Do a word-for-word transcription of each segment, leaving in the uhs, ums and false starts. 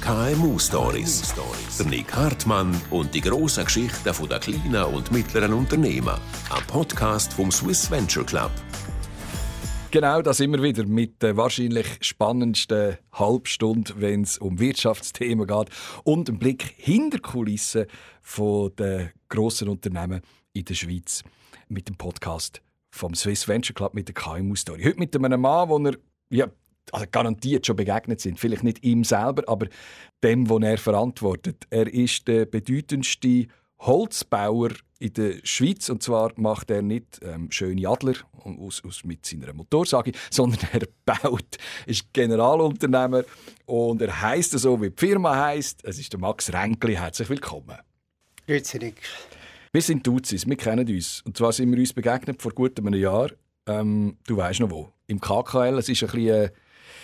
K M U-Stories. Der Nick Hartmann und die grossen Geschichten der kleinen und mittleren Unternehmen. Ein Podcast vom Swiss Venture Club. Genau, da sind wir wieder mit der wahrscheinlich spannendsten Halbstunde, wenn es um Wirtschaftsthemen geht und einen Blick hinter die Kulissen der grossen Unternehmen in der Schweiz mit dem Podcast vom Swiss Venture Club mit der K M U-Story. Heute mit einem Mann, wo er ja, also garantiert schon begegnet sind. Vielleicht nicht ihm selber, aber dem, den er verantwortet. Er ist der bedeutendste Holzbauer in der Schweiz. Und zwar macht er nicht ähm, schöne Adler aus, aus mit seiner Motorsage, sondern er baut, ist Generalunternehmer und er heisst so, wie die Firma heisst. Es ist der Max Ränkli. Herzlich willkommen. Grüezi, Nick. Wir sind Duzis, wir kennen uns. Und zwar sind wir uns begegnet vor gut einem Jahr. Ähm, du weisst noch wo. Im K K L. Es ist ein bisschen, äh,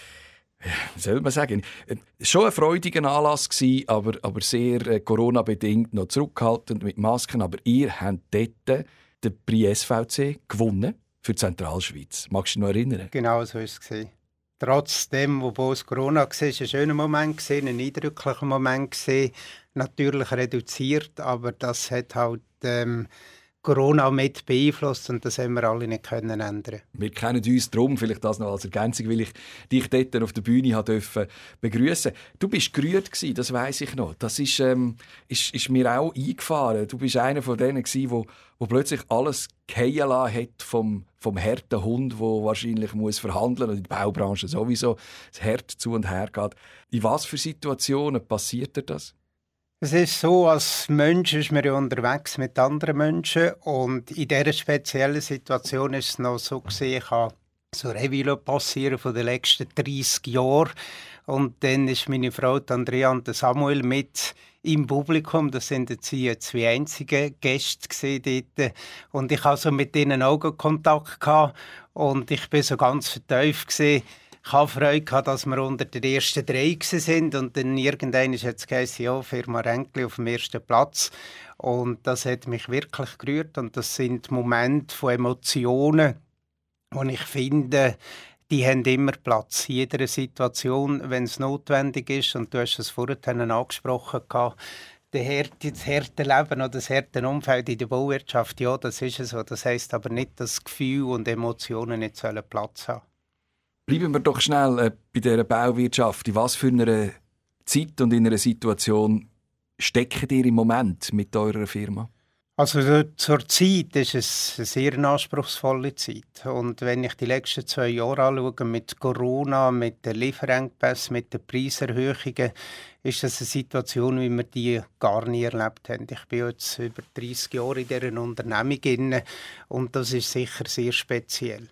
wie soll man sagen, schon ein freudiger Anlass gewesen, aber, aber sehr äh, Corona-bedingt noch zurückhaltend mit Masken. Aber ihr habt dort den Prix S V C gewonnen für die Zentralschweiz. Magst du dich noch erinnern? Genau so war es. Trotzdem, obwohl es Corona war, war es ein schöner Moment, ein eindrücklicher Moment. Natürlich reduziert, aber das hat halt ähm, Corona mit beeinflusst und das haben wir alle nicht können ändern. Wir kennen uns darum, vielleicht das noch als Ergänzung, weil ich dich dort auf der Bühne durfte begrüßen. Du bist gerührt gewesen, das weiss ich noch. Das ist, ähm, ist, ist mir auch eingefahren. Du bist einer von denen gewesen, wo, wo plötzlich alles fallen lassen hat vom, vom harten Hund, der wahrscheinlich muss verhandeln muss, und in der Baubranche sowieso das hart zu und her geht. In was für Situationen passiert dir das? Es ist so, als Mensch ist man ja unterwegs mit anderen Menschen und in dieser speziellen Situation ist es noch so gewesen, ich habe so Revue passieren von den letzten dreissig Jahren und dann ist meine Frau Andrea und Samuel mit im Publikum, das sind jetzt die zwei einzigen Gäste dort und ich hatte so mit ihnen Augenkontakt gehabt und ich bin so ganz vertieft gewesen. Ich hatte Freude, dass wir unter den ersten drei sind und dann irgendwann ist jetzt geheißen, ja, Firma Ränkli auf dem ersten Platz. Und das hat mich wirklich gerührt und das sind Momente von Emotionen, und ich finde, die haben immer Platz in jeder Situation, wenn es notwendig ist. Und du hast es vorhin angesprochen, das harte Leben oder das harte Umfeld in der Bauwirtschaft, ja, das ist es so. Das heisst aber nicht, dass Gefühle und Emotionen nicht Platz haben sollen. Bleiben wir doch schnell äh, bei dieser Bauwirtschaft. In was für einer Zeit und in einer Situation steckt ihr im Moment mit eurer Firma? Also zur Zeit ist es eine sehr anspruchsvolle Zeit. Und wenn ich die letzten zwei Jahre anschaue, mit Corona, mit den Lieferengpässen, mit den Preiserhöhungen, ist das eine Situation, wie wir die gar nie erlebt haben. Ich bin jetzt über dreissig Jahre in dieser Unternehmung und das ist sicher sehr speziell.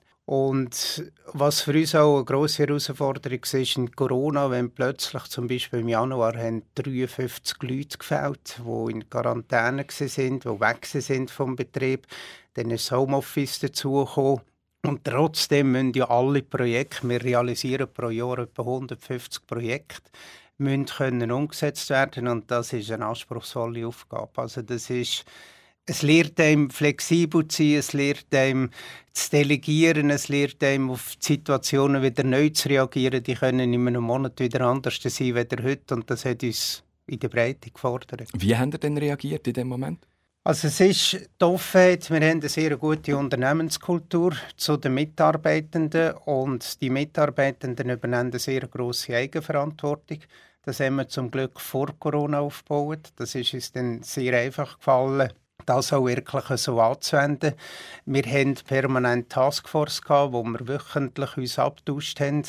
Und was für uns auch eine grosse Herausforderung war in Corona, wenn plötzlich zum Beispiel im Januar haben dreiundfünfzig Leute gefehlt, die in Quarantäne waren, die weg sind vom Betrieb. Dann ist das Homeoffice dazugekommen. Und trotzdem müssen ja alle Projekte, wir realisieren pro Jahr etwa hundertfünfzig Projekte, müssen können umgesetzt werden. Und das ist eine anspruchsvolle Aufgabe. Also das ist Es lernt einem flexibel zu sein, es lernt einem zu delegieren, es lernt einem auf die Situationen wieder neu zu reagieren. Die können in einem Monat wieder anders sein als heute und das hat uns in der Breite gefordert. Wie haben ihr denn reagiert in dem Moment? Also es ist die Offenheit. Wir haben eine sehr gute Unternehmenskultur zu den Mitarbeitenden und die Mitarbeitenden übernehmen eine sehr grosse Eigenverantwortung. Das haben wir zum Glück vor Corona aufgebaut. Das ist uns dann sehr einfach gefallen, das auch wirklich so anzuwenden. Wir hatten permanent Taskforce, wo wir wöchentlich uns abgetauscht haben.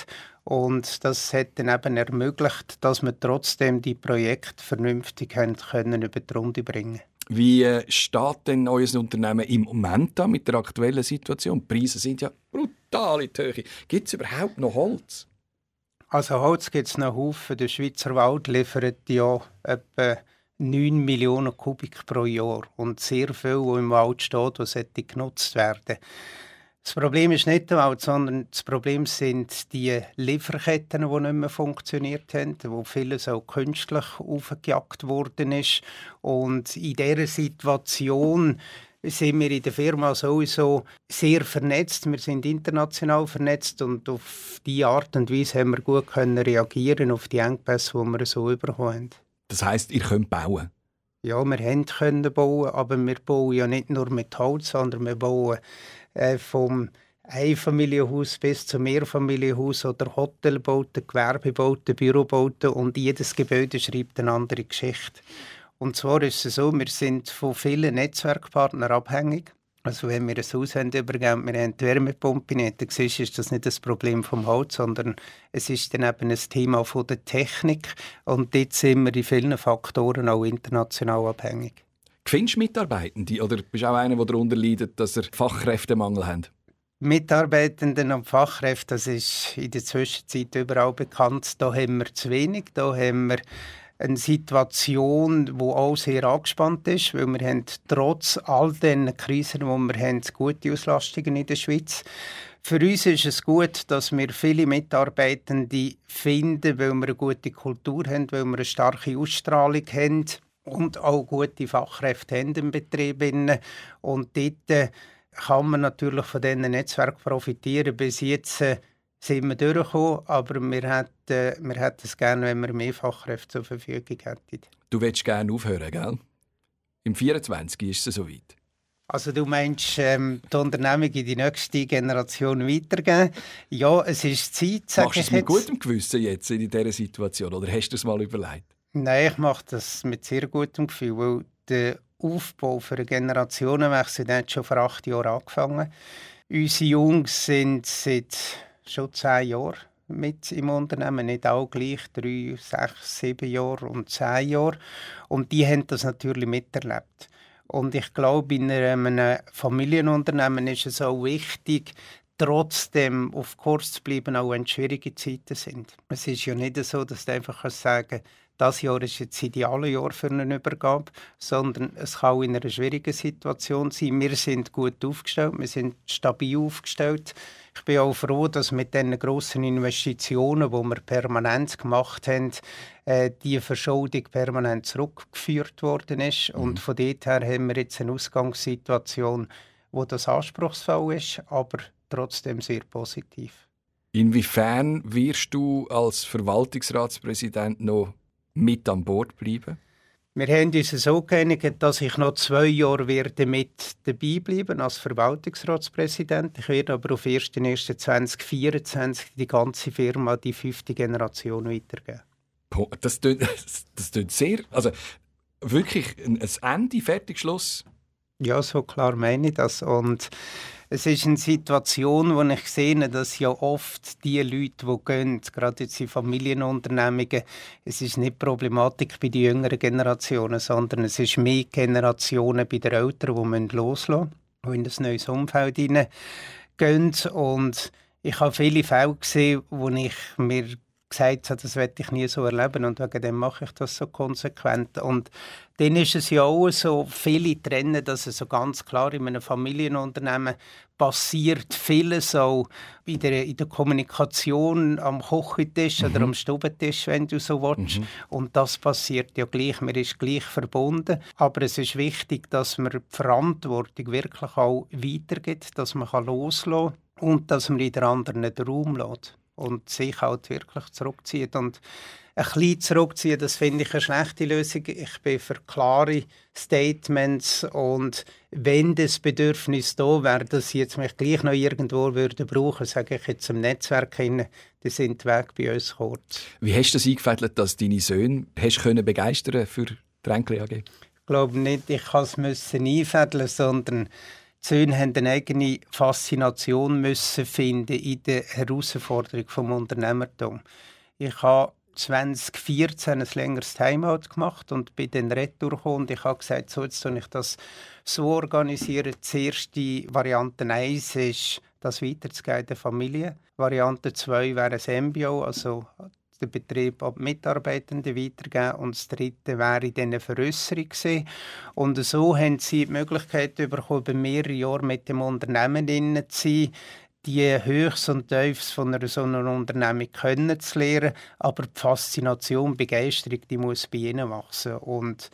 Und das hat dann eben ermöglicht, dass wir trotzdem die Projekte vernünftig können über die Runde bringen. Wie steht denn euer Unternehmen im Moment da mit der aktuellen Situation? Die Preise sind ja brutal in die Höhe. Gibt es überhaupt noch Holz? Also Holz gibt es noch Haufen. Der Schweizer Wald liefert ja etwa neun Millionen Kubik pro Jahr und sehr viel, was im Wald steht, was genutzt werden. Das Problem ist nicht der Wald, sondern das Problem sind die Lieferketten, die nicht mehr funktioniert haben, wo vieles auch künstlich aufgejagt worden ist. Und in dieser Situation sind wir in der Firma sowieso sehr vernetzt. Wir sind international vernetzt und auf diese Art und Weise haben wir gut können reagieren auf die Engpässe, die wir so bekommen haben. Das heisst, ihr könnt bauen? Ja, wir haben können bauen, aber wir bauen ja nicht nur mit Holz, sondern wir bauen äh, vom Einfamilienhaus bis zum Mehrfamilienhaus oder Hotelbauten, Gewerbebauten, Bürobauten und jedes Gebäude schreibt eine andere Geschichte. Und zwar ist es so, wir sind von vielen Netzwerkpartnern abhängig. Also wenn wir ein Haus haben übergeben, wir haben die Wärmepumpe nicht, dann siehst du, ist das nicht das Problem vom Holz, sondern es ist dann eben ein Thema von der Technik. Und dort sind wir in vielen Faktoren auch international abhängig. Findest du Mitarbeitende oder bist du auch einer, der darunter leidet, dass er Fachkräftemangel hat? Mitarbeitenden und Fachkräfte, das ist in der Zwischenzeit überall bekannt. Da haben wir zu wenig, da haben wir eine Situation, die auch sehr angespannt ist, weil wir haben trotz all den Krisen, die wir haben, gute Auslastungen in der Schweiz. Für uns ist es gut, dass wir viele Mitarbeitende finden, weil wir eine gute Kultur haben, weil wir eine starke Ausstrahlung haben und auch gute Fachkräfte haben im Betrieb. Und dort kann man natürlich von diesen Netzwerken profitieren. Bis jetzt äh, sind wir durchgekommen, aber wir hätten, wir hätten es gerne, wenn wir mehr Fachkräfte zur Verfügung hätten. Du willst gerne aufhören, gell? Im vierundzwanzig ist es soweit. Also du meinst, ähm, die Unternehmung in die nächste Generation weitergeben? Ja, es ist Zeit, sage Machst du es mit gutem Gewissen jetzt in dieser Situation oder hast du es mal überlegt? Nein, ich mache das mit sehr gutem Gefühl, weil der Aufbau für einen Generationenwechsel hat schon vor acht Jahren angefangen. Unsere Jungs sind seit schon zehn Jahren mit im Unternehmen, nicht alle gleich, drei, sechs, sieben Jahre und zehn Jahre. Und die haben das natürlich miterlebt. Und ich glaube, in einem Familienunternehmen ist es auch wichtig, trotzdem auf Kurs zu bleiben, auch wenn es schwierige Zeiten sind. Es ist ja nicht so, dass du einfach sagen kannst, das Jahr ist jetzt das ideale Jahr für eine Übergabe, sondern es kann auch in einer schwierigen Situation sein. Wir sind gut aufgestellt, wir sind stabil aufgestellt. Ich bin auch froh, dass mit den grossen Investitionen, die wir permanent gemacht haben, äh, die Verschuldung permanent zurückgeführt worden ist. Mhm. Und von dort her haben wir jetzt eine Ausgangssituation, wo das anspruchsvoll ist, aber trotzdem sehr positiv. Inwiefern wirst du als Verwaltungsratspräsident noch mit an Bord bleiben? Wir haben uns so geeinigt, dass ich noch zwei Jahre werde mit dabei bleiben als Verwaltungsratspräsident. Ich werde aber auf ersten ersten zweitausendvierundzwanzig die ganze Firma, die fünfte Generation, weitergeben. Das klingt, das klingt sehr... Also wirklich ein Ende, fertig, Schluss? Ja, so klar meine ich das. Und es ist eine Situation, wo ich sehe, dass ja oft die Leute, die gehen, gerade jetzt in Familienunternehmungen, es ist nicht Problematik bei den jüngeren Generationen, sondern es ist mehr Generationen bei den Eltern, die loslassen müssen, die in ein neues Umfeld hineingehen. Und ich habe viele Fälle gesehen, wo ich mir gesagt habe, das werde ich nie so erleben und wegen dem mache ich das so konsequent. Und dann ist es ja auch so, viele trennen, dass es so ganz klar in einem Familienunternehmen passiert vieles auch in der, in der Kommunikation am Küchentisch mhm. oder am Stubentisch, wenn du so willst. Mhm. Und das passiert ja gleich, man ist gleich verbunden. Aber es ist wichtig, dass man die Verantwortung wirklich auch weitergibt, dass man loslassen kann und dass man in der anderen den Raum lässt. Und sich halt wirklich zurückzieht. Und ein bisschen zurückziehen, das finde ich eine schlechte Lösung. Ich bin für klare Statements und wenn das Bedürfnis da wäre, dass ich jetzt mich gleich noch irgendwo würde brauchen, sage ich jetzt im Netzwerk hin, die sind die Wege bei uns kurz. Wie hast du das eingefädelt, dass deine Söhne hast können begeistern für die Ränkli A G? Ich glaube nicht, ich musste es einfädeln, sondern die Söhne mussten eine eigene Faszination müssen finden in der Herausforderung des Unternehmertums. Ich habe zwanzig vierzehn ein längeres Timeout gemacht und bin dann retour gekommen und ich habe gesagt, so, jetzt soll ich das so organisieren. Die erste Variante eins ist, das weiterzugeben in der Familie. Variante zwei wäre ein M B O, also den Betrieb an die Mitarbeitenden weitergeben. Und das dritte wäre dann eine Veräusserung gewesen. Und so haben sie die Möglichkeit bekommen, über mehrere Jahre mit dem Unternehmen zu sein, die Höchst und Tiefs von einer so einer Unternehmung kennenzulernen. Aber die Faszination, die Begeisterung, die muss bei ihnen wachsen. Und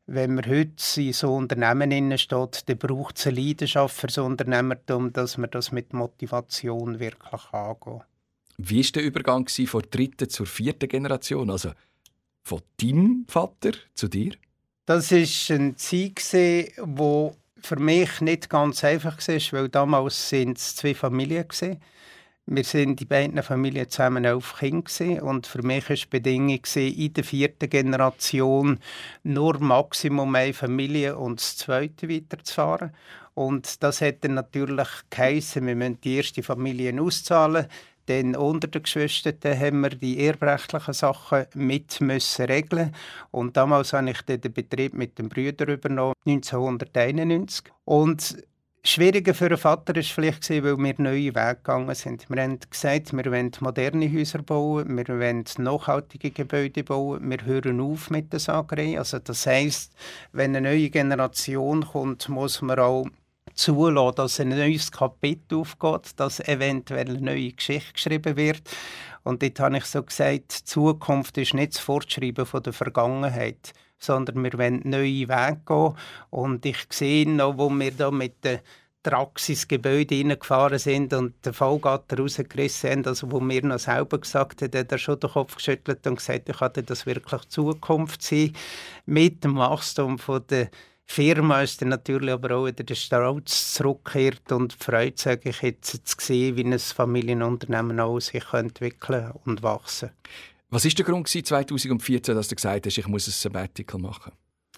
wenn man heute in so Unternehmen steht, dann braucht es eine Leidenschaft für so Unternehmertum, dass man das mit Motivation wirklich angeht. Wie war der Übergang von der dritten zur vierten Generation? Also von deinem Vater zu dir? Das war eine Zeit, die für mich nicht ganz einfach war, weil damals waren es zwei Familien. Wir waren die beiden Familien zusammen elf Kinder und für mich war die Bedingung, in der vierten Generation nur Maximum eine Familie und das zweite weiterzufahren. Und das hat dann natürlich geheissen, wir müssen die erste Familie auszahlen. Dann unter den Geschwistern haben wir die erbrechtlichen Sachen mit müssen regeln. Und damals habe ich den Betrieb mit den Brüdern übernommen, neunzehnhunderteinundneunzig. Und schwieriger für den Vater war vielleicht, weil wir neue Wege gegangen sind. Wir haben gesagt, wir wollen moderne Häuser bauen, wir wollen nachhaltige Gebäude bauen, wir hören auf mit der Sagerei. Also das heisst, wenn eine neue Generation kommt, muss man auch zulassen, dass ein neues Kapitel aufgeht, dass eventuell eine neue Geschichte geschrieben wird. Und dort habe ich so gesagt, die Zukunft ist nicht das Fortschreiben von der Vergangenheit, sondern wir wollen neue Wege gehen. Und ich sehe noch, wo wir da mit den Traxis Gebäude reingefahren sind und den Fallgatter rausgerissen haben, also wo mir noch selber gesagt hat, hat er schon den Kopf geschüttelt und gesagt, ich hatte das wirklich Zukunft sein. Mit dem Wachstum von der Firma ist dann natürlich aber auch wieder der Stolz zurückgekehrt und die Freude, sage ich jetzt, zu sehen, wie ein Familienunternehmen auch sich entwickeln und wachsen. Was war der Grund zwanzig vierzehn, dass du gesagt hast, ich muss ein Sabbatical machen?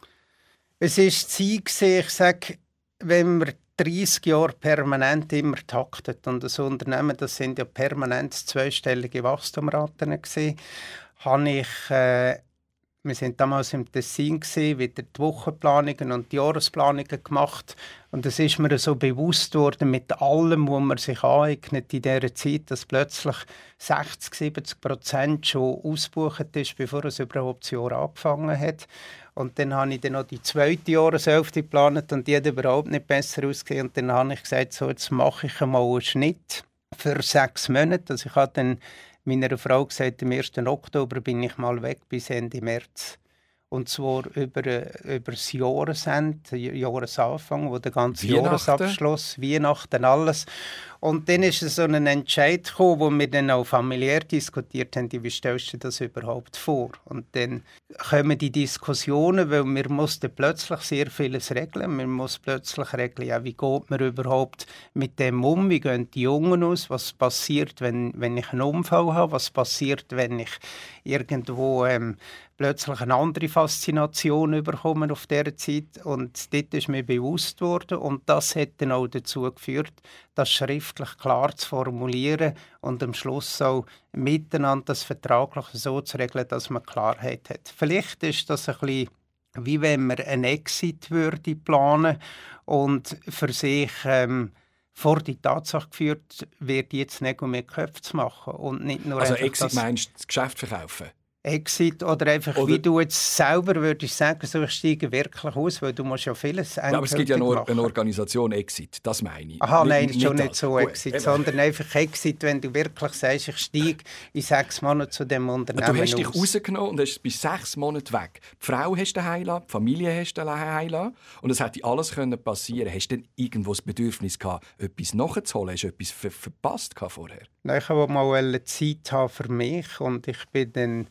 Es war die Zeit, ich sage, wenn man dreißig Jahre permanent immer taktet und das Unternehmen, das sind ja permanent zweistellige Wachstumsraten gewesen, habe ich äh, wir waren damals im Tessin, wieder die Wochenplanungen und die Jahresplanungen gemacht. Und es ist mir so bewusst worden, mit allem, was man sich aneignet in dieser Zeit, dass plötzlich sechzig, siebzig Prozent schon ausgebucht ist, bevor es überhaupt das Jahr angefangen hat. Und dann habe ich dann noch die zweite Jahreshälfte geplant und die hat überhaupt nicht besser ausgesehen. Und dann habe ich gesagt, so, jetzt mache ich einmal einen Schnitt für sechs Monate. Also ich habe dann meiner Frau gesagt, am ersten Oktober bin ich mal weg bis Ende März. Und zwar über, über das Jahresende, Jahresanfang, wo der ganze Jahresabschluss, Weihnachten, alles. Und dann ist so ein Entscheid gekommen, wo wir dann auch familiär diskutiert haben, wie stellst du das überhaupt vor? Und dann kommen die Diskussionen, weil wir mussten plötzlich sehr vieles regeln. Wir mussten plötzlich regeln, ja, wie geht man überhaupt mit dem um, wie gehen die Jungen aus, was passiert, wenn, wenn ich einen Unfall habe, was passiert, wenn ich irgendwo ähm, plötzlich eine andere Faszination bekommen auf dieser Zeit. Und dort ist mir bewusst worden. Und das hat dann auch dazu geführt, das schriftlich klar zu formulieren und am Schluss auch miteinander das Vertragliche so zu regeln, dass man Klarheit hat. Vielleicht ist das ein bisschen, wie wenn man einen Exit würde planen und für sich ähm, vor die Tatsache geführt wird, jetzt Nägel mit Köpfen zu machen. Und nicht nur also einfach Exit das meinst du das Geschäft verkaufen? Exit oder einfach, oder wie du jetzt selber würdest sagen, so ich steige wirklich aus, weil du musst ja vieles ja, aber es gibt ja nur machen. eine Organisation Exit, das meine ich. Aha, nicht, nein, ist schon nicht nicht so Gut, Exit, eben. sondern einfach Exit, wenn du wirklich sagst, ich steige in sechs Monaten zu dem Unternehmen aus. Du hast dich aus. rausgenommen und hast bis sechs Monate weg. Die Frau hast du daheim gelassen, die Familie hast du daheim gelassen und es hätte alles passieren können. Hast du denn irgendwo das Bedürfnis gehabt, etwas nachzuholen? Hast du etwas ver- verpasst vorher? Nein, ich wollte mal Zeit haben für mich und ich bin dann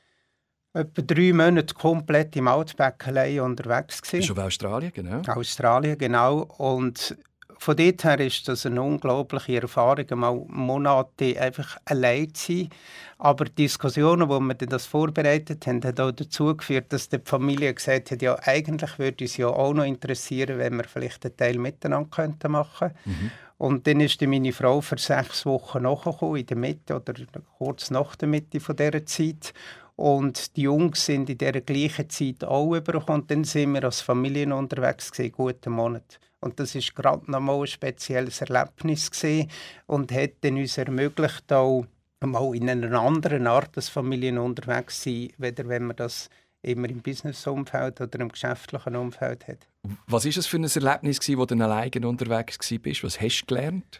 etwa drei Monate komplett im Outback allein unterwegs gewesen. Bist du auf Australien, genau? Australien, genau. Und von dort her ist das eine unglaubliche Erfahrung, mal Monate einfach allein zu sein. Aber die Diskussionen, wo wir das vorbereitet haben, haben auch dazu geführt, dass die Familie gesagt hat, ja, eigentlich würde es ja auch noch interessieren, wenn wir vielleicht einen Teil miteinander könnten machen könnten. Mhm. Und dann ist meine Frau für sechs Wochen nachgekommen, in der Mitte oder kurz nach der Mitte von dieser Zeit. Und die Jungs sind in dieser gleichen Zeit auch übergekommen. Und dann sind wir als Familie unterwegs gewesen, guten Monat. Und das war gerade noch mal ein spezielles Erlebnis gewesen und hat dann uns ermöglicht, auch mal in einer anderen Art als Familie unterwegs zu sein, weder wenn man das immer im Business-Umfeld oder im geschäftlichen Umfeld hat. Was war es für ein Erlebnis, wo du alleine unterwegs warst? Was hast du gelernt?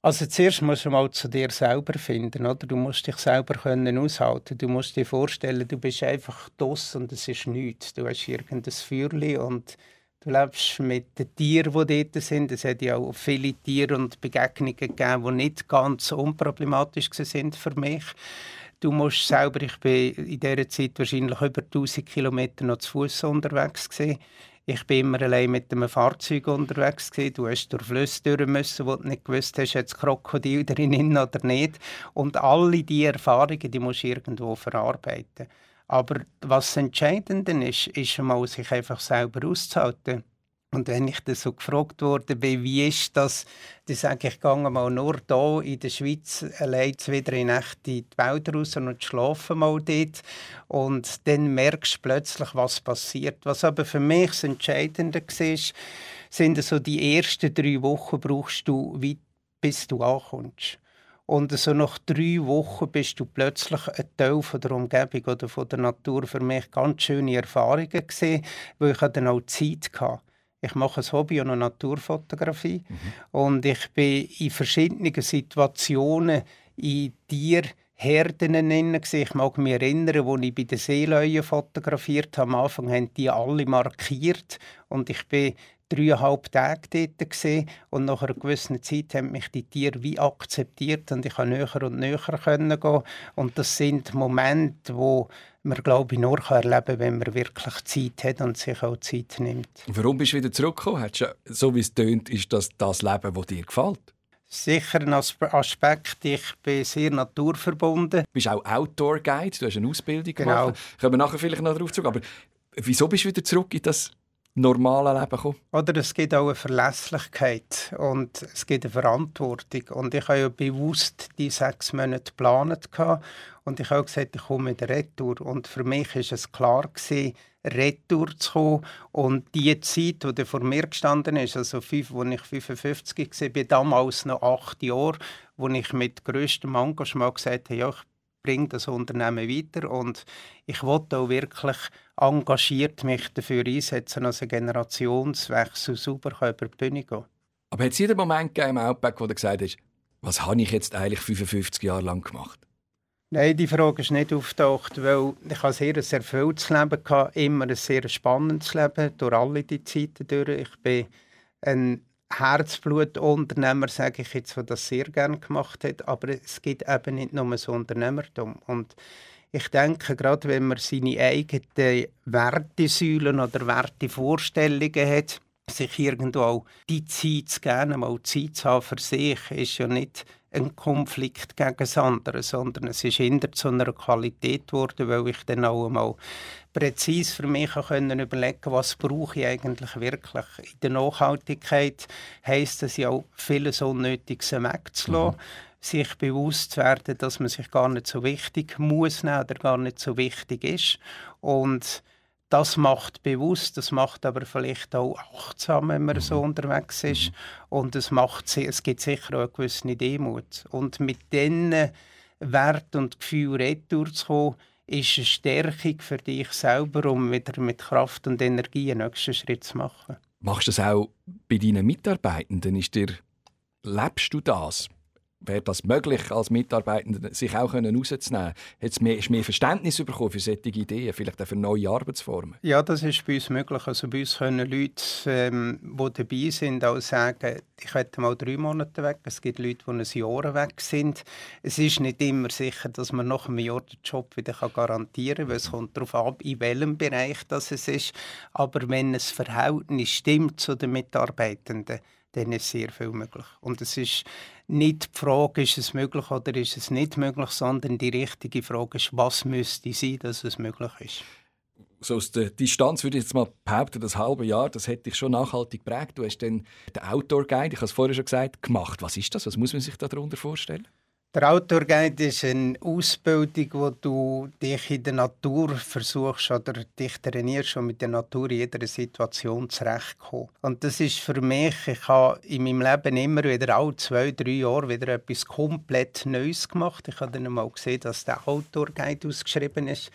Also zuerst musst du mal zu dir selber finden, oder? Du musst dich selber können aushalten. Du musst dir vorstellen, du bist einfach draussen und es ist nichts. Du hast irgendein Feuerchen und du lebst mit den Tieren, die dort sind. Es hat ja auch viele Tiere und Begegnungen gegeben, die nicht ganz unproblematisch sind für mich. Du musst selber, ich bin in dieser Zeit wahrscheinlich über tausend Kilometer noch zu Fuß unterwegs gewesen. Ich bin immer allein mit einem Fahrzeug unterwegs gewesen. Du hast durch Flüsse durch müssen, wo du nicht gewusst hast, ob es Krokodil drin oder nicht. Und alle diese Erfahrungen, die musst du irgendwo verarbeiten. Aber was entscheidend ist, ist einmal, sich einfach selber auszuhalten. Und wenn ich dann so gefragt wurde, wie ist das, dann sage ich, ich gehe mal nur hier in der Schweiz allein wieder in Nacht in die Wälder raus und schlafe mal dort. Und dann merkst du plötzlich, was passiert. Was aber für mich das Entscheidende war, sind so die ersten drei Wochen brauchst du, bis du ankommst. Und so nach drei Wochen bist du plötzlich ein Teil von der Umgebung oder von der Natur. Für mich ganz schöne Erfahrungen gewesen, weil ich dann auch Zeit hatte. Ich mache ein Hobby und eine Naturfotografie. Mhm. Und ich bin in verschiedenen Situationen in Tierherden. Ich mag mich erinnern, als ich bei den Seeleuen fotografiert habe. Am Anfang haben die alle markiert. Und ich bin dreieinhalb Tage dort gewesen. Und nach einer gewissen Zeit haben mich die Tiere wie akzeptiert. Und ich konnte näher und näher gehen. Und das sind Momente, wo man, glaube ich, nur erleben kann, wenn man wirklich Zeit hat und sich auch Zeit nimmt. Warum bist du wieder zurückgekommen? So wie es tönt, ist das das Leben, das dir gefällt? Sicher ein Aspekt. Ich bin sehr naturverbunden. Du bist auch Outdoor-Guide, du hast eine Ausbildung genau. gemacht. Können wir nachher vielleicht noch darauf zurück. Aber wieso bist du wieder zurück in das normale Leben gekommen? Oder es gibt auch eine Verlässlichkeit und es gibt eine Verantwortung. Und ich habe ja bewusst die sechs Monate geplant. Und ich habe gesagt, ich komme mit der Retour. Und für mich war es klar gewesen, Retour zu kommen. Und die Zeit, die vor mir gestanden ist, also fünf, als ich fünfundfünfzig war, bin damals noch acht Jahre, wo ich mit grösstem Engagement gesagt habe, ja, ich bringe das Unternehmen weiter. Und ich wollte auch wirklich engagiert mich dafür einsetzen, dass ein Generationswechsel sauber über die Bühne gehen. Aber hat es jeden Moment gegeben im Outback, wo du gesagt hast, was habe ich jetzt eigentlich fünfundfünfzig Jahre lang gemacht? Nein, die Frage ist nicht auftaucht, weil ich ein sehr erfülltes Leben hatte, immer ein sehr spannendes Leben, durch alle die Zeiten durch. Ich bin ein Herzblutunternehmer, sage ich jetzt, der das sehr gerne gemacht hat, aber es gibt eben nicht nur das Unternehmertum. Und ich denke, gerade wenn man seine eigenen Wertesäulen oder Wertevorstellungen hat, sich irgendwo auch die Zeit zu geben, mal Zeit zu haben für sich, ist ja nicht ein Konflikt gegen das andere, sondern es ist hinter zu einer Qualität geworden, weil ich dann auch einmal präzise für mich können überlegen, was brauche ich eigentlich wirklich. In der Nachhaltigkeit heisst es ja auch, vieles Unnötiges wegzulassen. Mhm. Sich bewusst zu werden, dass man sich gar nicht so wichtig muss nehmen oder gar nicht so wichtig ist. Und das macht bewusst, das macht aber vielleicht auch achtsam, wenn man so unterwegs ist. Und es, macht, es gibt sicher auch eine gewisse Demut. Und mit diesen Wert und Gefühl retour zu kommen, ist eine Stärkung für dich selber, um wieder mit Kraft und Energie einen nächsten Schritt zu machen. Machst du das auch bei deinen Mitarbeitenden? Ist dir, lebst du das? Wäre das möglich, als Mitarbeitende sich auch rauszunehmen? Hat es mehr, mehr Verständnis bekommen für solche Ideen, vielleicht auch für neue Arbeitsformen? Ja, das ist bei uns möglich. Also bei uns können Leute, ähm, die dabei sind, auch sagen, ich werde mal drei Monate weg. Es gibt Leute, die ein Jahr weg sind. Es ist nicht immer sicher, dass man nach einem Jahr den Job wieder garantieren kann, weil es kommt darauf ab, in welchem Bereich das es ist. Aber wenn das Verhältnis stimmt zu den Mitarbeitenden, dann ist sehr viel möglich. Und es ist nicht die Frage, ist es möglich oder ist es nicht möglich, sondern die richtige Frage ist, was müsste sein, dass es möglich ist. So aus der Distanz würde ich jetzt mal behaupten, das halbe Jahr, das hätte dich schon nachhaltig geprägt. Du hast dann den Outdoor Guide, ich habe es vorher schon gesagt, gemacht. Was ist das? Was muss man sich darunter vorstellen? Der Outdoor Guide ist eine Ausbildung, wo du dich in der Natur versuchst oder dich trainierst, um mit der Natur in jeder Situation zurechtzukommen. Und das ist für mich, ich habe in meinem Leben immer wieder alle zwei, drei Jahre wieder etwas komplett Neues gemacht. Ich habe dann mal gesehen, dass der Outdoor Guide ausgeschrieben ist.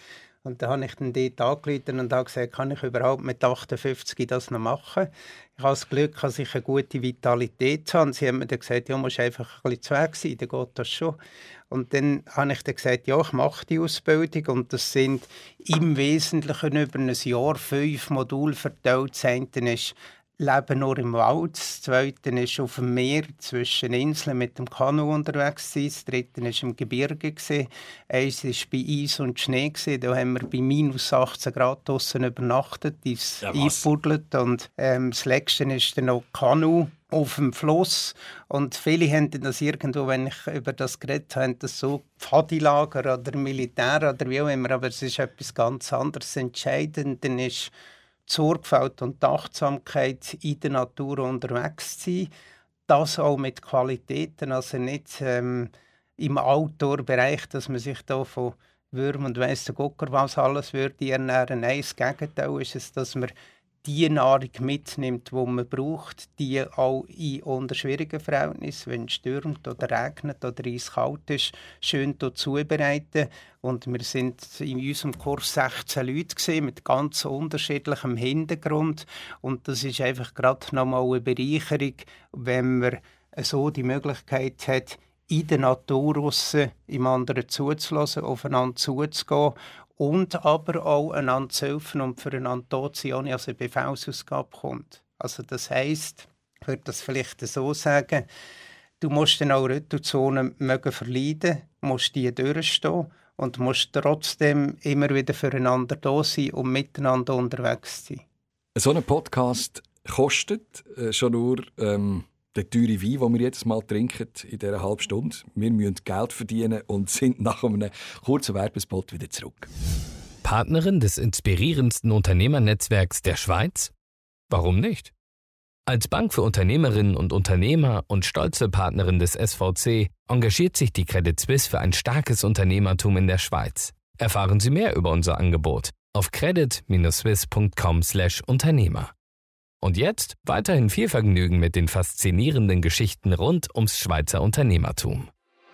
Und da habe ich dann dort angerufen und habe gesagt, kann ich überhaupt mit achtundfünfzig das noch machen? Ich habe das Glück, dass ich eine gute Vitalität habe. Und sie haben mir dann gesagt, ja, du musst einfach ein bisschen zu Weg sein, dann geht das schon. Und dann habe ich dann gesagt, ja, ich mache die Ausbildung. Und das sind im Wesentlichen über ein Jahr fünf Module verteilt. Das eine ist Leben nur im Wald, das zweite ist auf dem Meer zwischen Inseln mit dem Kanu unterwegs sein, das dritte war im Gebirge, eins war bei Eis und Schnee, da haben wir bei minus achtzehn Grad draussen übernachtet, uns ja, eingebuddelt und ähm, das letzte ist dann noch Kanu auf dem Fluss und viele haben das irgendwo, wenn ich über das geredet habe, das so Pfadilager oder Militär oder wie auch immer, aber es ist etwas ganz anderes. Entscheidend ist die Sorgfalt und die Achtsamkeit in der Natur unterwegs zu sein. Das auch mit Qualitäten, also nicht ähm, im Outdoor-Bereich, dass man sich da von Würmern und weiss der Gucker was alles würde ernähren. Nein, das Gegenteil ist es, dass man die Nahrung mitnimmt, die man braucht, die auch in unter schwierigen Verhältnissen, wenn es stürmt oder regnet oder eiskalt ist, schön zubereiten. Und wir sind in unserem Kurs sechzehn Leute gewesen, mit ganz unterschiedlichem Hintergrund. Und das ist einfach gerade nochmal eine Bereicherung, wenn man so die Möglichkeit hat, in der Natur draussen im anderen zuzulassen, aufeinander zuzugehen und aber auch einander zu helfen und füreinander da zu sein, ohne dass eine Befehlsausgabe kommt. Also das heisst, ich würde das vielleicht so sagen, du musst dann auch Retourzonen mögen verleiden, musst die durchstehen und musst trotzdem immer wieder füreinander da sein und miteinander unterwegs sein. So ein Podcast kostet äh, schon nur ähm, den teuren Wein, den wir jedes Mal trinken in dieser halben Stunde. Wir müssen Geld verdienen und sind nach einem kurzen Werbespot wieder zurück. Partnerin des inspirierendsten Unternehmernetzwerks der Schweiz? Warum nicht? Als Bank für Unternehmerinnen und Unternehmer und stolze Partnerin des S V C engagiert sich die Credit Suisse für ein starkes Unternehmertum in der Schweiz. Erfahren Sie mehr über unser Angebot auf credit Suisse punkt com slash Unternehmer. Und jetzt weiterhin viel Vergnügen mit den faszinierenden Geschichten rund ums Schweizer Unternehmertum.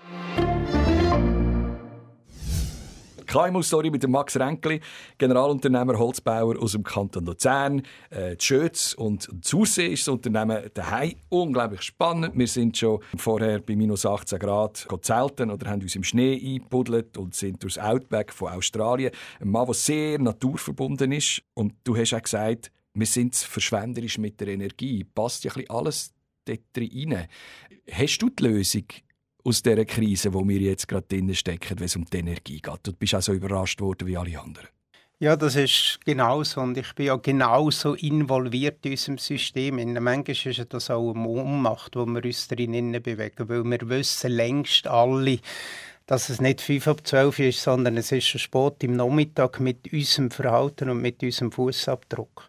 K M U-Story mit dem Max Ränkli, Generalunternehmer Holzbauer aus dem Kanton Luzern. Äh, die Schötz und Zusee ist das Unternehmen daheim. Unglaublich spannend. Wir sind schon vorher bei minus achtzehn Grad zelten oder haben uns im Schnee eingebuddelt und sind durchs Outback von Australien. Ein Mann, der sehr naturverbunden ist. Und du hast auch gesagt, wir sind verschwenderisch mit der Energie. Passt ja ein bisschen alles dort rein. Hast du die Lösung aus dieser Krise, wo wir jetzt gerade drin stecken, wenn es um die Energie geht? Du bist auch so überrascht worden wie alle anderen. Ja, das ist genauso. Und ich bin ja genauso involviert in unserem System. Manchmal ist das auch eine Ohnmacht, wo wir uns darin bewegen. Weil wir wissen längst alle, dass es nicht fünf ab zwölf ist, sondern es ist schon spät im Nachmittag mit unserem Verhalten und mit unserem Fußabdruck.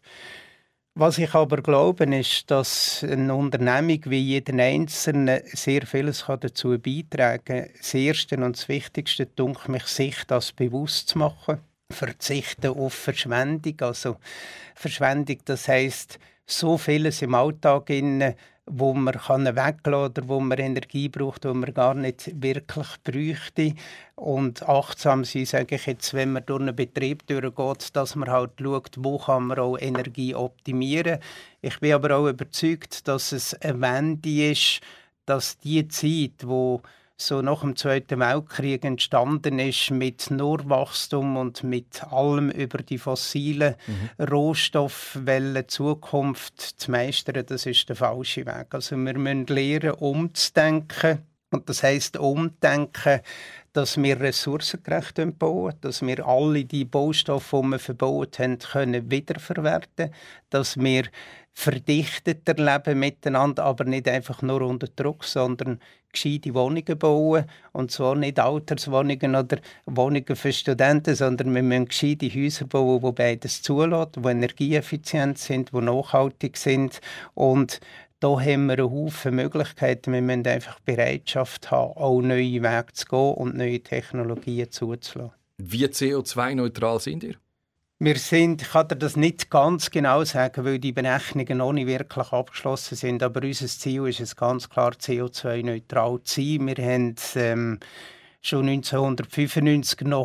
Was ich aber glaube, ist, dass eine Unternehmung wie jeder Einzelne sehr vieles dazu beitragen kann. Das Erste und das Wichtigste, denke mich, sich das bewusst zu machen. Verzichten auf Verschwendung. Also Verschwendung, das heisst, so vieles im Alltag inne, wo man weglassen kann oder wo man Energie braucht, die man gar nicht wirklich bräuchte. Und achtsam sein, sage ich jetzt, wenn man durch einen Betrieb durchgeht, dass man halt schaut, wo kann man auch Energie optimieren. Ich bin aber auch überzeugt, dass es eine Wende ist, dass die Zeit, wo so nach dem Zweiten Weltkrieg entstanden ist, mit nur Wachstum und mit allem über die fossilen mhm. Rohstoffwelle Zukunft zu meistern, das ist der falsche Weg. Also wir müssen lernen, umzudenken. Und das heisst umdenken, dass wir ressourcengerecht bauen, dass wir alle die Baustoffe, die wir verbaut haben, können wiederverwerten, dass wir verdichteter leben miteinander, aber nicht einfach nur unter Druck, sondern gescheite Wohnungen bauen. Und zwar nicht Alterswohnungen oder Wohnungen für Studenten, sondern wir müssen gescheite Häuser bauen, die beides zulässt, die energieeffizient sind, die nachhaltig sind. Und da haben wir einen Haufen Möglichkeiten. Wir müssen einfach Bereitschaft haben, auch neue Wege zu gehen und neue Technologien zuzulassen. Wie C O zwei neutral sind ihr? Wir sind, ich kann dir das nicht ganz genau sagen, weil die Berechnungen noch nicht wirklich abgeschlossen sind. Aber unser Ziel ist es ganz klar, C O zwei neutral zu sein. Wir haben ähm, schon neunzehnhundertfünfundneunzig noch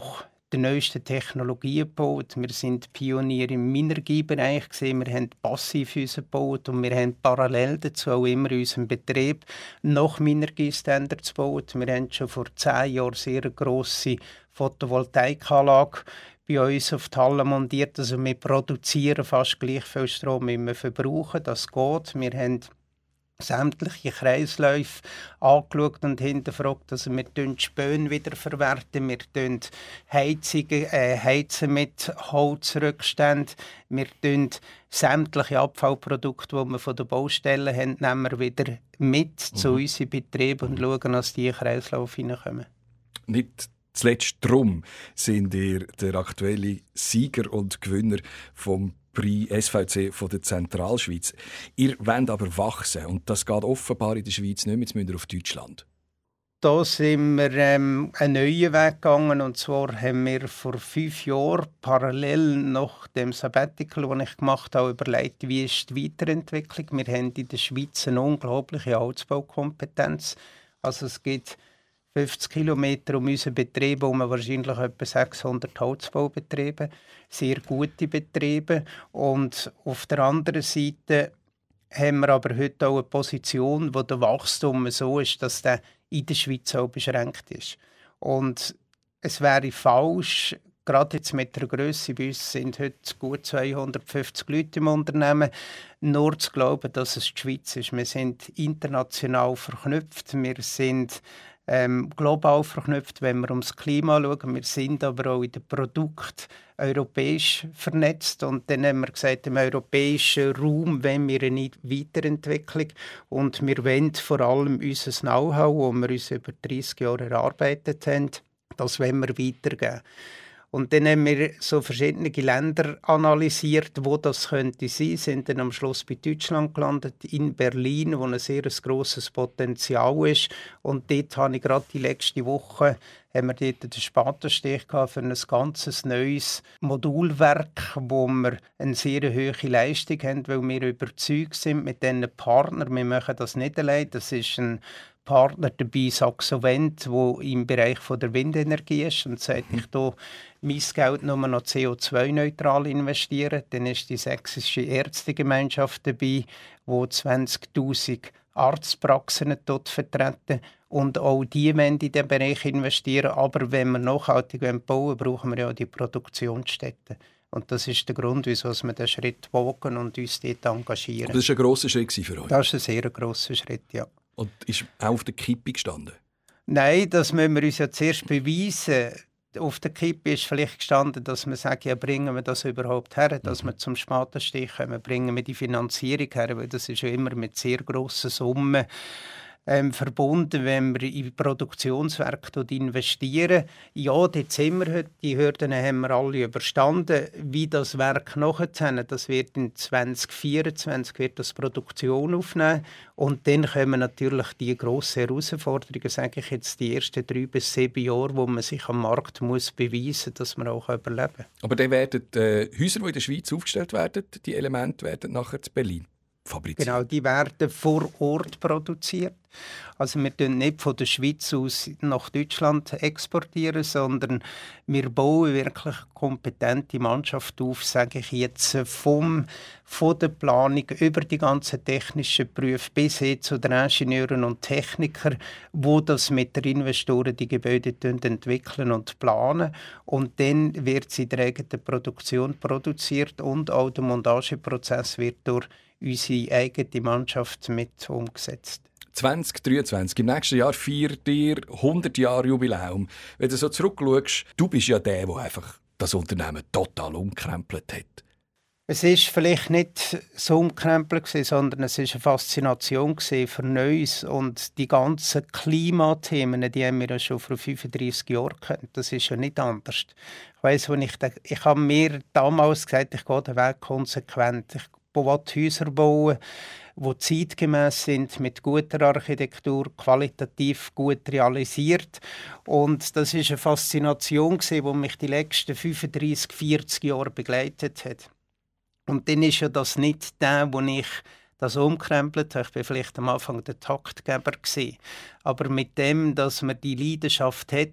der neuesten Technologie gebaut. Wir sind Pionier im Minergiebereich gesehen. Wir haben Passivhäuser gebaut und wir haben parallel dazu auch immer in unserem Betrieb noch Minergiestandards gebaut. Wir haben schon vor zehn Jahren sehr grosse Photovoltaikanlage bei uns auf die Halle montiert. Also wir produzieren fast gleich viel Strom, wie wir verbrauchen. Das geht. Wir haben sämtliche Kreisläufe angeschaut und hinterfragt. Also wir tun Späne wiederverwerten, wir tun Heizungen, äh, heizen mit Holzrückständen, wir tun sämtliche Abfallprodukte, die wir von der Baustelle haben, nehmen wir wieder mit mhm. zu unseren Betrieben und schauen, dass die in den Kreislauf hineinkommen. Nicht zuletzt darum sind ihr der aktuelle Sieger und Gewinner vom Prix S V C von der Zentralschweiz. Ihr wollt aber wachsen und das geht offenbar in der Schweiz nicht mehr, jetzt müsst ihr auf Deutschland. Da sind wir ähm, einen neuen Weg gegangen, und zwar haben wir vor fünf Jahren parallel nach dem Sabbatical, das ich gemacht habe, überlegt, wie ist die Weiterentwicklung. Wir haben in der Schweiz eine unglaubliche Holzbaukompetenz. Also es gibt fünfzig Kilometer um unseren Betrieb herum wahrscheinlich etwa sechshundert Holzbaubetriebe, sehr gute Betriebe. Und auf der anderen Seite haben wir aber heute auch eine Position, wo der Wachstum so ist, dass der in der Schweiz auch beschränkt ist. Und es wäre falsch, gerade jetzt mit der Grösse, bei uns sind heute gut zweihundertfünfzig Leute im Unternehmen, nur zu glauben, dass es die Schweiz ist. Wir sind international verknüpft, wir sind Ähm, global verknüpft, wenn wir ums Klima schauen. Wir sind aber auch in den Produkten europäisch vernetzt. Und dann haben wir gesagt, im europäischen Raum wollen wir eine Weiterentwicklung. Und wir wollen vor allem unser Know-how, das wir uns über dreissig Jahre erarbeitet haben, das wollen wir weitergeben. Und dann haben wir so verschiedene Länder analysiert, wo das könnte sein. Sind dann am Schluss bei Deutschland gelandet, in Berlin, wo ein sehr grosses Potenzial ist. Und dort habe ich gerade die letzte Woche haben wir dort den Spatenstich für ein ganzes neues Modulwerk, wo wir eine sehr hohe Leistung haben, weil wir überzeugt sind mit diesen Partnern. Wir machen das nicht allein. Das ist ein Partner dabei, Saxovent, der im Bereich der Windenergie ist und sagt, ich hier mein Geld nur noch C O zwei neutral investieren. Dann ist die sächsische Ärztegemeinschaft dabei, die zwanzigtausend Arztpraxen dort vertreten. Und auch die wollen in diesen Bereich investieren. Aber wenn wir nachhaltig bauen wollen, brauchen wir ja die Produktionsstätten. Und das ist der Grund, wieso wir diesen Schritt wagen und uns dort engagieren. Aber das war ein grosser Schritt für euch? Das ist ein sehr grosser Schritt, ja. Und ist auch auf der Kippe gestanden? Nein, das müssen wir uns ja zuerst beweisen. Auf der Kippe ist vielleicht gestanden, dass wir sagen, ja, bringen wir das überhaupt her, dass mhm. wir zum Spatenstich kommen, bringen wir die Finanzierung her, weil das ist ja immer mit sehr grossen Summen ähm, verbunden, wenn wir in Produktionswerke investieren. Ja, dort sind wir heute, die Hürden haben wir alle überstanden. Wie das Werk nachher, das wird in zwanzig vierundzwanzig wird das Produktion aufnehmen. Und dann kommen natürlich die grossen Herausforderungen, sage ich jetzt, die ersten drei bis sieben Jahre, wo man sich am Markt muss beweisen muss, dass man auch überleben kann. Aber dann werden äh, Häuser, die in der Schweiz aufgestellt werden, die Elemente werden nachher in Berlin fabriziert? Genau, die werden vor Ort produziert. Also wir exportieren nicht von der Schweiz aus nach Deutschland exportieren, sondern wir bauen wirklich eine kompetente Mannschaft auf, sage ich jetzt, vom, von der Planung über die ganzen technischen Berufe bis hin zu den Ingenieuren und Technikern, die das mit den Investoren die Gebäude entwickeln und planen. Und dann wird sie in der eigenen Produktion produziert und auch der Montageprozess wird durch unsere eigene Mannschaft mit umgesetzt. zwanzig dreiundzwanzig, im nächsten Jahr feiert ihr hundert Jahre Jubiläum. Wenn du so zurückschaust, du bist ja der, der einfach das Unternehmen total umkrempelt hat. Es war vielleicht nicht so umkrempelt, sondern es war eine Faszination für Neues. Und die ganzen Klimathemen, die haben wir ja schon vor fünfunddreissig Jahren gekannt. Das ist ja nicht anders. Ich weiss, wenn ich, ich habe mir damals gesagt, ich gehe den Weg konsequent. Ich will Häuser bauen, die zeitgemäss sind, mit guter Architektur, qualitativ gut realisiert. Und das war eine Faszination, die mich die letzten fünfunddreissig, vierzig Jahre begleitet hat. Und dann ist ja das nicht der, wo ich das umkrempelt habe. Ich war vielleicht am Anfang der Taktgeber gewesen. Aber mit dem, dass man die Leidenschaft hat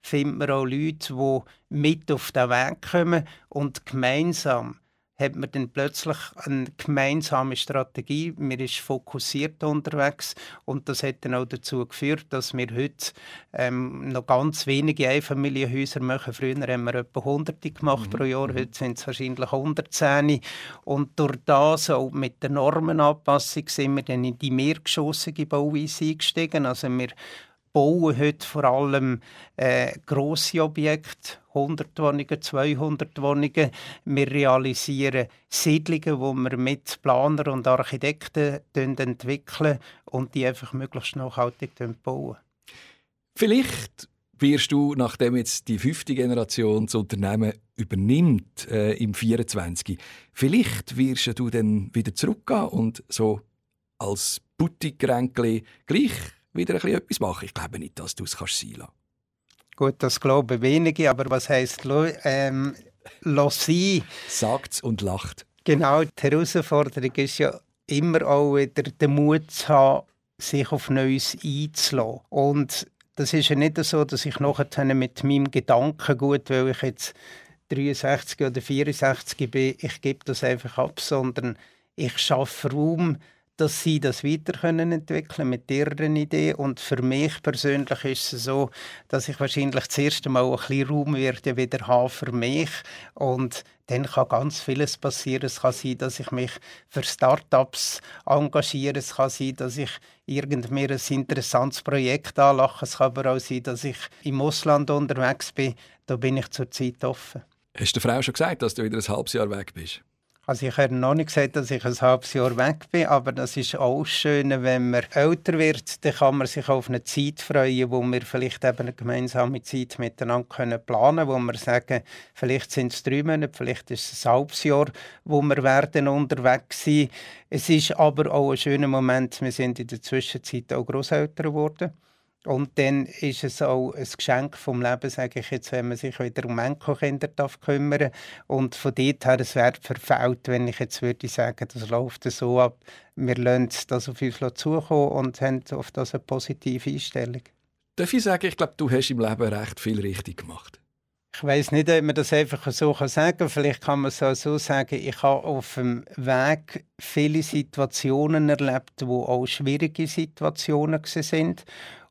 findet man auch Leute, die mit auf den Weg kommen und gemeinsam hat man dann plötzlich eine gemeinsame Strategie. Man ist fokussiert unterwegs und das hat dann auch dazu geführt, dass wir heute ähm, noch ganz wenige Einfamilienhäuser machen. Früher haben wir etwa hunderte gemacht mhm. pro Jahr, heute sind es wahrscheinlich hundertzehn. Und durch das, auch mit der Normenanpassung, sind wir dann in die mehrgeschossige Bauweise eingestiegen. Also wir bauen heute vor allem äh, grosse Objekte, hundert Wohnungen, zweihundert Wohnungen. Wir realisieren Siedlungen, die wir mit Planern und Architekten entwickeln und die einfach möglichst nachhaltig bauen. Vielleicht wirst du, nachdem jetzt die fünfte Generation das Unternehmen übernimmt äh, im vierundzwanzig, vielleicht wirst du dann wieder zurückgehen und so als Boutique-Ränkli gleich wieder ein bisschen etwas machen. Ich glaube nicht, dass du es kannst sein lassen. Gut, das glauben wenige, aber was heisst ähm, «lass sein»? Sagt's und lacht. Genau, die Herausforderung ist ja immer auch wieder den Mut zu haben, sich auf Neues einzulassen. Und das ist ja nicht so, dass ich nachher mit meinem Gedankengut, weil ich jetzt dreiundsechzig oder vierundsechzig bin, ich gebe das einfach ab, sondern ich schaffe Raum, dass sie das weiter können entwickeln mit ihren Ideen. Und für mich persönlich ist es so, dass ich wahrscheinlich das erste Mal ein bisschen Raum werde wieder haben für mich. Und dann kann ganz vieles passieren. Es kann sein, dass ich mich für Start-ups engagiere. Es kann sein, dass ich irgendwie ein interessantes Projekt anlache. Es kann aber auch sein, dass ich im Ausland unterwegs bin. Da bin ich zurzeit offen. Hast du der Frau schon gesagt, dass du wieder ein halbes Jahr weg bist? Also ich habe noch nicht gesagt, dass ich ein halbes Jahr weg bin, aber das ist auch schön, wenn man älter wird, dann kann man sich auf eine Zeit freuen, wo wir vielleicht eben eine gemeinsame Zeit miteinander können planen können, wo wir sagen, vielleicht sind es drei Monate, vielleicht ist es ein halbes Jahr, wo wir werden unterwegs sein. Es ist aber auch ein schöner Moment, wir sind in der Zwischenzeit auch Grosseltern geworden. Und dann ist es auch ein Geschenk vom Leben, sage ich jetzt, wenn man sich wieder um Enkelkinder kümmern darf. Und von dort her, es wäre verfehlt, wenn ich jetzt würde sagen, das läuft so ab. Wir lassen das auf uns zukommen und haben auf das eine positive Einstellung. Darf ich sagen, ich glaube, du hast im Leben recht viel richtig gemacht? Ich weiss nicht, ob man das einfach so sagen kann. Vielleicht kann man es auch so sagen, ich habe auf dem Weg viele Situationen erlebt, die auch schwierige Situationen sind.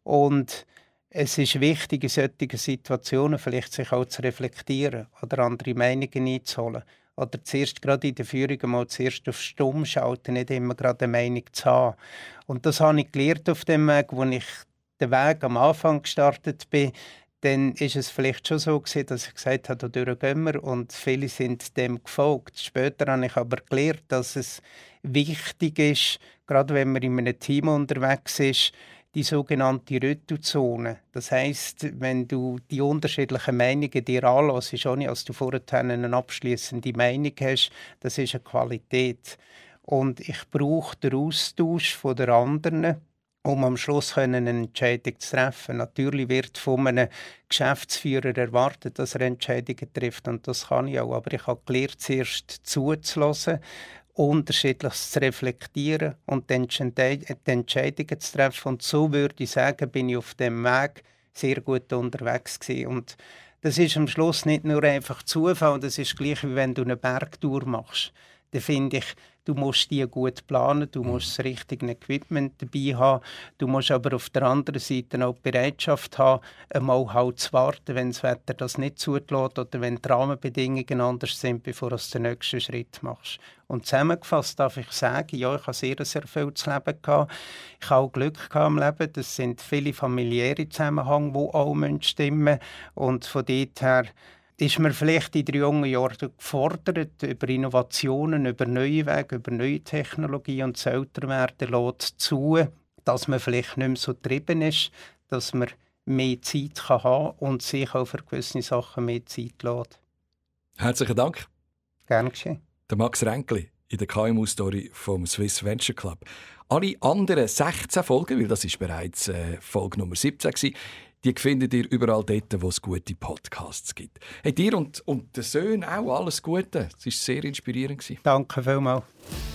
Und es ist wichtig, in solchen Situationen vielleicht sich auch zu reflektieren oder andere Meinungen einzuholen. Oder zuerst gerade in der Führung mal zuerst auf Stumm schalten, nicht immer gerade eine Meinung zu haben. Und das habe ich gelernt auf dem Weg, wo ich den Weg am Anfang gestartet bin. Dann ist es vielleicht schon so gewesen, dass ich gesagt habe, dadurch gehen wir, und viele sind dem gefolgt. Später habe ich aber gelernt, dass es wichtig ist, gerade wenn man in einem Team unterwegs ist, die sogenannte Retour-Zone. Das heisst, wenn du die unterschiedlichen Meinungen dir anlässt, ohne dass du vorher eine abschliessende Meinung hast, das ist eine Qualität. Und ich brauche den Austausch von der anderen, um am Schluss eine Entscheidung zu treffen. Natürlich wird von einem Geschäftsführer erwartet, dass er Entscheidungen trifft, und das kann ich auch. Aber ich habe gelernt, zuerst zuzulassen, Unterschiedliches zu reflektieren und die Entscheidungen zu treffen. Und so würde ich sagen, bin ich auf dem Weg sehr gut unterwegs gewesen. Und das ist am Schluss nicht nur einfach Zufall, das ist gleich, wie wenn du eine Bergtour machst. Da finde ich, du musst die gut planen, du musst das richtige Equipment dabei haben, du musst aber auf der anderen Seite auch die Bereitschaft haben, einmal halt zu warten, wenn das Wetter das nicht zulässt oder wenn die Rahmenbedingungen anders sind, bevor du den nächsten Schritt machst. Und zusammengefasst darf ich sagen, ja, ich habe sehr ein sehr erfülltes Leben gehabt. Ich habe auch Glück gehabt im Leben. Das sind viele familiäre Zusammenhänge, die auch stimmen müssen. Und von dort her ist man vielleicht in den jungen Jahren gefordert, über Innovationen, über neue Wege, über neue Technologien, und das Älterwerden lässt zu, dass man vielleicht nicht mehr so getrieben ist, dass man mehr Zeit kann haben und sich auch für gewisse Sachen mehr Zeit lässt. Herzlichen Dank. Gerne geschehen. Der Max Ränkli in der K M U-Story vom Swiss Venture Club. Alle anderen sechzehn Folgen, weil das ist bereits äh, Folge Nummer siebzehn war, die findet ihr überall dort, wo es gute Podcasts gibt. Hey, dir und, und den Söhnen auch alles Gute. Es war sehr inspirierend. Danke vielmals.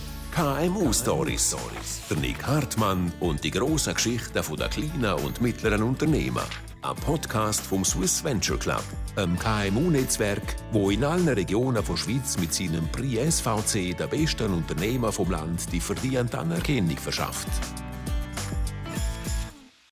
K M U-Stories. Der Nick Hartmann und die grossen Geschichten der kleinen und mittleren Unternehmen. ein Podcast vom Swiss Venture Club, einem K M U-Netzwerk, wo in allen Regionen der Schweiz mit seinem Prix S V C der besten Unternehmer vom Land die verdiente Anerkennung verschafft.